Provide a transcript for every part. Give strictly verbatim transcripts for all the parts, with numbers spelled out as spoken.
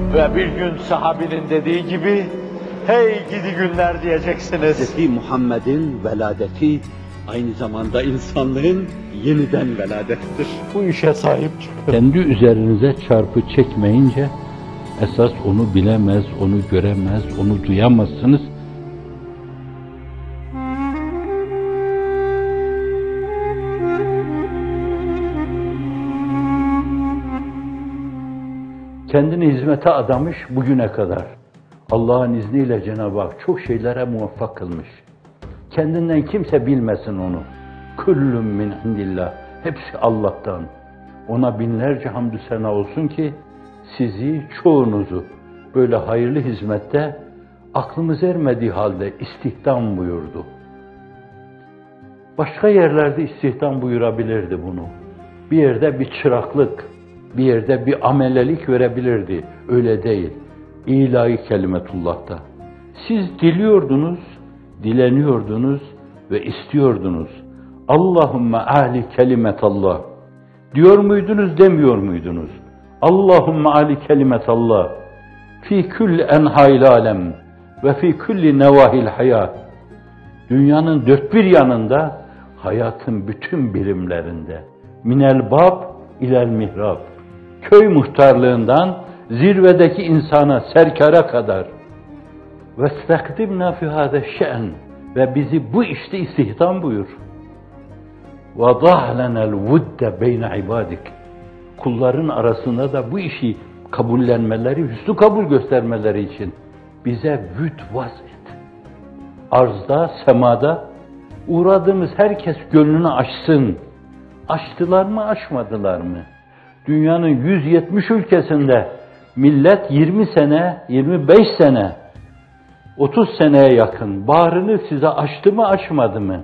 Ve bir gün sahabinin dediği gibi, hey gidi günler diyeceksiniz. Hazreti Muhammed'in veladeti aynı zamanda insanlığın yeniden veladettir. Bu işe sahip çıkın. Kendi üzerinize çarpı çekmeyince, esas onu bilemez, onu göremez, onu duyamazsınız. Kendini hizmete adamış bugüne kadar. Allah'ın izniyle Cenab-ı Hak çok şeylere muvaffak kılmış. Kendinden kimse bilmesin onu. Küllüm min indillah. Hepsi Allah'tan. Ona binlerce hamdü sena olsun ki sizi, çoğunuzu böyle hayırlı hizmette aklımız ermediği halde istihdam buyurdu. Başka yerlerde istihdam buyurabilirdi bunu. Bir yerde bir çıraklık, bir yerde bir amelelik verebilirdi. Öyle değil. İlahi kelimetullah'ta. Siz diliyordunuz, dileniyordunuz ve istiyordunuz. Allahümme âli kelimetallah. Diyor muydunuz, demiyor muydunuz? Allahümme âli kelimetallah. Fî külli enhâil alem ve fî külli nevâhil hayat. Dünyanın dört bir yanında, hayatın bütün birimlerinde. Minel bab ilel mihrab. Köy muhtarlığından zirvedeki insana, serkara kadar. وَاسْتَقْدِمْنَا فِي هَذَا الشَّأْنِ Ve bizi bu işte istihdam buyur. وَضَعْ لَنَا الْوُدَّ بَيْنَ عِبَادِكَ Kulların arasında da bu işi kabullenmeleri, hüsnü kabul göstermeleri için bize vüd vaz et. Arzda, semada uğradığımız herkes gönlünü açsın. Açtılar mı, açmadılar mı? Dünyanın yüz yetmiş ülkesinde millet yirmi sene, yirmi beş sene, otuz seneye yakın bağrını size açtı mı, açmadı mı?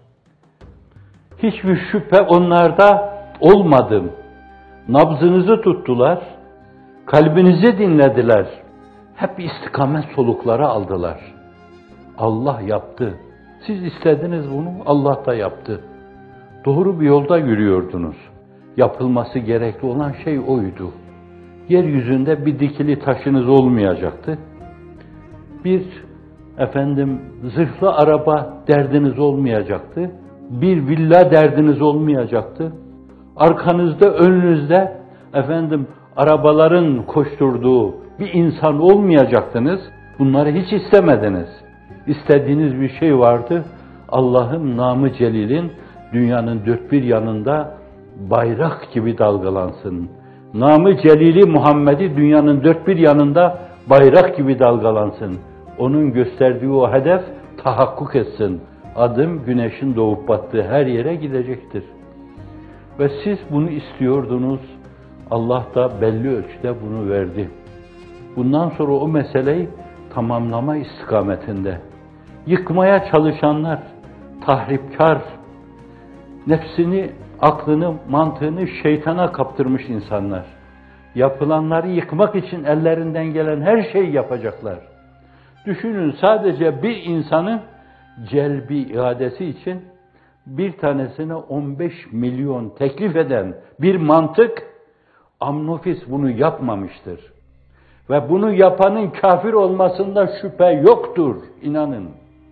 Hiçbir şüphe onlarda olmadı. Nabzınızı tuttular, kalbinizi dinlediler. Hep istikamet solukları aldılar. Allah yaptı. Siz istediniz bunu, Allah da yaptı. Doğru bir yolda yürüyordunuz. Yapılması gerekli olan şey oydu. Yeryüzünde bir dikili taşınız olmayacaktı. Bir efendim zırhlı araba derdiniz olmayacaktı. Bir villa derdiniz olmayacaktı. Arkanızda, önünüzde efendim arabaların koşturduğu bir insan olmayacaktınız. Bunları hiç istemediniz. İstediğiniz bir şey vardı. Allah'ın namı celilin dünyanın dört bir yanında bayrak gibi dalgalansın. Namı celili Muhammed'i dünyanın dört bir yanında bayrak gibi dalgalansın. Onun gösterdiği o hedef tahakkuk etsin. Adım güneşin doğup battığı her yere gidecektir. Ve siz bunu istiyordunuz. Allah da belli ölçüde bunu verdi. Bundan sonra o meseleyi tamamlama istikametinde. Yıkmaya çalışanlar, tahripkar, nefsini, aklını, mantığını şeytana kaptırmış insanlar. Yapılanları yıkmak için ellerinden gelen her şeyi yapacaklar. Düşünün, sadece bir insanın celbi iadesi için bir tanesine on beş milyon teklif eden bir mantık, Amnofis bunu yapmamıştır. Ve bunu yapanın kafir olmasında şüphe yoktur, inanın.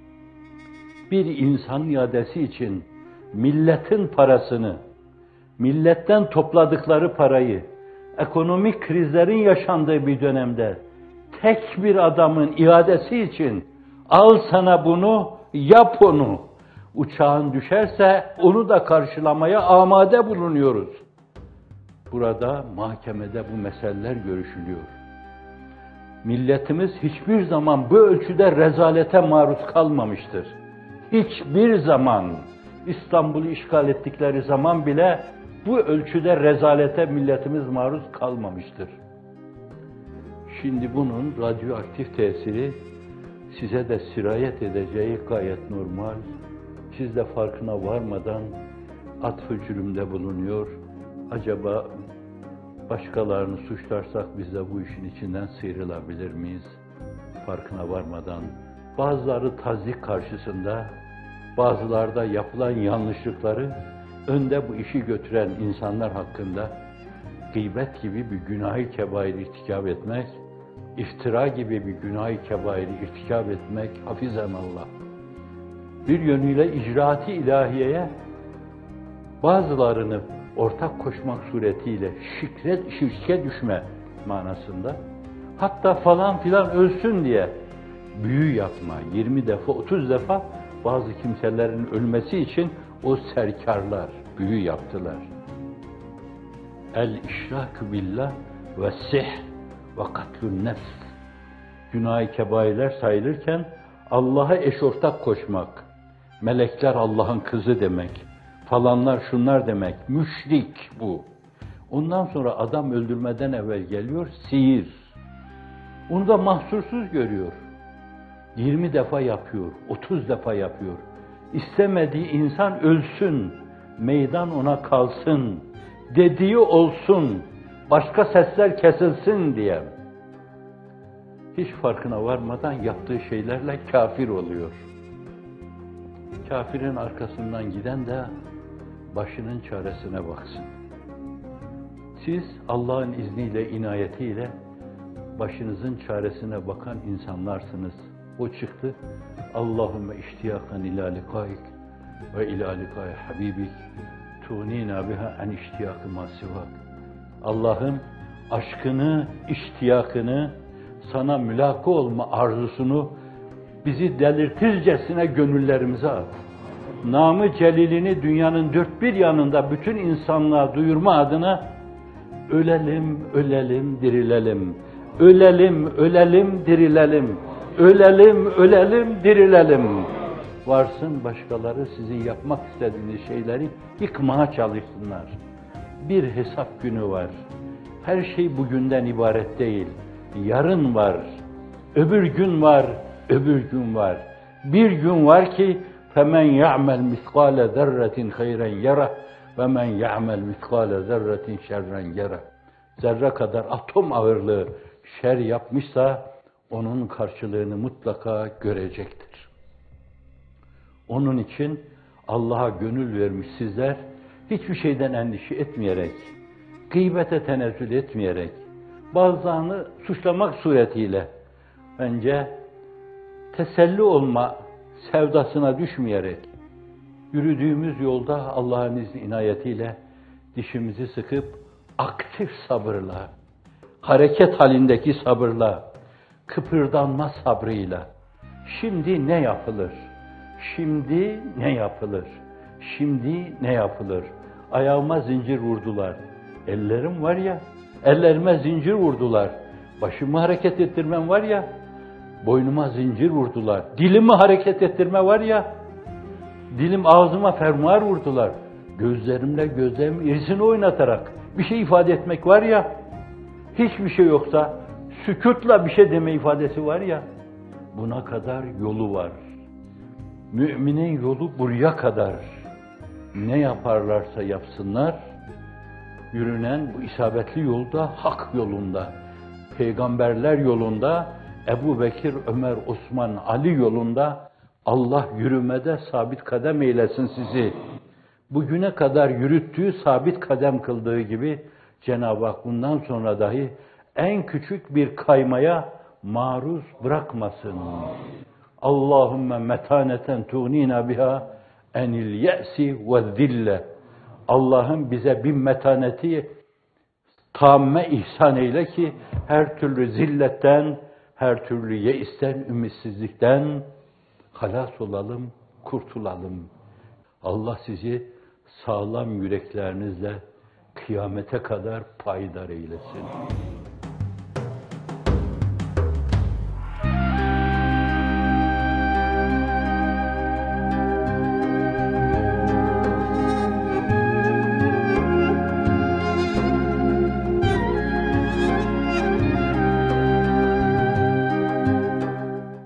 Bir insan iadesi için milletin parasını, milletten topladıkları parayı, ekonomik krizlerin yaşandığı bir dönemde tek bir adamın iadesi için al sana bunu, yap onu. Uçağın düşerse onu da karşılamaya amade bulunuyoruz. Burada mahkemede bu meseleler görüşülüyor. Milletimiz hiçbir zaman bu ölçüde rezalete maruz kalmamıştır. Hiçbir zaman, İstanbul'u işgal ettikleri zaman bile bu ölçüde rezalete milletimiz maruz kalmamıştır. Şimdi bunun radyoaktif tesiri size de sirayet edeceği gayet normal. Siz de farkına varmadan atfı cürümde bulunuyor. Acaba başkalarını suçlarsak biz de bu işin içinden sıyrılabilir miyiz? Farkına varmadan bazıları tazik karşısında, bazıları da yapılan yanlışlıkları önde bu işi götüren insanlar hakkında gıybet gibi bir günah-ı kebair irtikab etmek iftira gibi bir günah-ı kebairi irtikab etmek, hafizemallah. Bir yönüyle icraat-ı ilahiyeye bazılarını ortak koşmak suretiyle şirke, şirke düşme manasında, hatta falan filan ölsün diye büyü yapma, yirmi defa, otuz defa bazı kimselerin ölmesi için o serkarlar büyü yaptılar. El-işrak billah ve sihr ve katlun nefs. Günah-ı kebairler sayılırken Allah'a eş ortak koşmak, melekler Allah'ın kızı demek, falanlar şunlar demek, müşrik bu. Ondan sonra adam öldürmeden evvel geliyor, sihir. Onu da mahsursuz görüyor. yirmi defa yapıyor, otuz defa yapıyor. İstemediği insan ölsün, meydan ona kalsın, dediği olsun, başka sesler kesilsin diye. Hiç farkına varmadan yaptığı şeylerle kafir oluyor. Kafirin arkasından giden de başının çaresine baksın. Siz Allah'ın izniyle, inayetiyle başınızın çaresine bakan insanlarsınız. O çıktı. Allahümme iştiyakan ila likaik ve ila likai habibik tuğnina biha en iştiyakı masivak. Allah'ım aşkını, iştiyakını, sana mülaka olma arzusunu bizi delirtircesine gönüllerimize at. Namı celilini dünyanın dört bir yanında bütün insanlığa duyurma adına ölelim, ölelim, dirilelim. Ölelim, ölelim, dirilelim. Ölelim, ölelim, dirilelim. Varsın başkaları sizin yapmak istediğiniz şeyleri yıkmaya çalışsınlar. Bir hesap günü var. Her şey bugünden ibaret değil. Yarın var. Öbür gün var. Öbür gün var. Bir gün var ki فَمَنْ يَعْمَلْ مِثْقَالَ ذَرَّةٍ خَيْرًا يَرَهُ وَمَنْ يَعْمَلْ مِثْقَالَ ذَرَّةٍ شَرًّا يَرَهُ. Zerre kadar atom ağırlığı şer yapmışsa onun karşılığını mutlaka görecektir. Onun için Allah'a gönül vermiş sizler hiçbir şeyden endişe etmeyerek, gıybete tenezzül etmeyerek, bazılarını suçlamak suretiyle bence teselli olma sevdasına düşmeyerek, yürüdüğümüz yolda Allah'ın izni inayetiyle dişimizi sıkıp aktif sabırla, hareket halindeki sabırla, kıpırdanma sabrıyla, şimdi ne yapılır? Şimdi ne yapılır? Şimdi ne yapılır? Ayağıma zincir vurdular. Ellerim var ya, ellerime zincir vurdular. Başımı hareket ettirmem var ya, boynuma zincir vurdular. Dilimi hareket ettirme var ya, dilim ağzıma fermuar vurdular. Gözlerimle gözlerimin irisini oynatarak bir şey ifade etmek var ya, hiçbir şey yoksa sükutla bir şey deme ifadesi var ya, buna kadar yolu var. Müminin yolu buraya kadar. Ne yaparlarsa yapsınlar, yürünen bu isabetli yolda, hak yolunda, peygamberler yolunda, Ebu Bekir, Ömer, Osman, Ali yolunda Allah yürümede sabit kadem eylesin sizi. Bugüne kadar yürüttüğü, sabit kadem kıldığı gibi Cenab-ı Hak bundan sonra dahi en küçük bir kaymaya maruz bırakmasın. Allahümme metaneten tuğnina biha enil ye'si ve zille. Allah'ım bize bir metaneti tamme ihsan eyle ki her türlü zilletten, her türlü yeisten, ümitsizlikten halas olalım, kurtulalım. Allah sizi sağlam yüreklerinizle kıyamete kadar payidar eylesin.